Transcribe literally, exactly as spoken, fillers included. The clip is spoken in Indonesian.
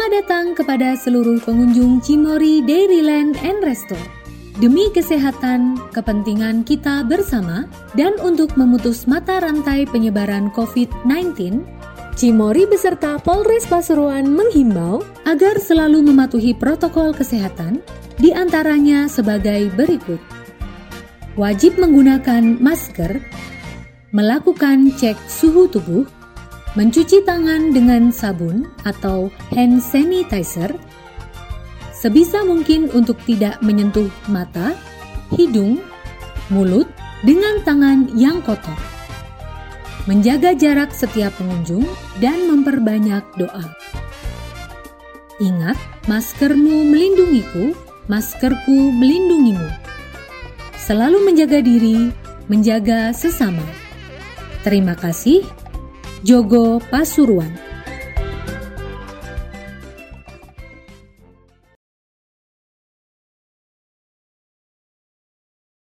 Selamat datang kepada seluruh pengunjung Cimory Dairyland and Resto. Demi kesehatan, kepentingan kita bersama, dan untuk memutus mata rantai penyebaran covid sembilan belas, Cimory beserta Polres Pasuruan menghimbau agar selalu mematuhi protokol kesehatan, di antaranya sebagai berikut. Wajib menggunakan masker, melakukan cek suhu tubuh, mencuci tangan dengan sabun atau hand sanitizer, sebisa mungkin untuk tidak menyentuh mata, hidung, mulut dengan tangan yang kotor, menjaga jarak setiap pengunjung, dan memperbanyak doa. Ingat, maskermu melindungiku, maskerku melindungimu. Selalu menjaga diri, menjaga sesama. Terima kasih. Jogo Pasuruan.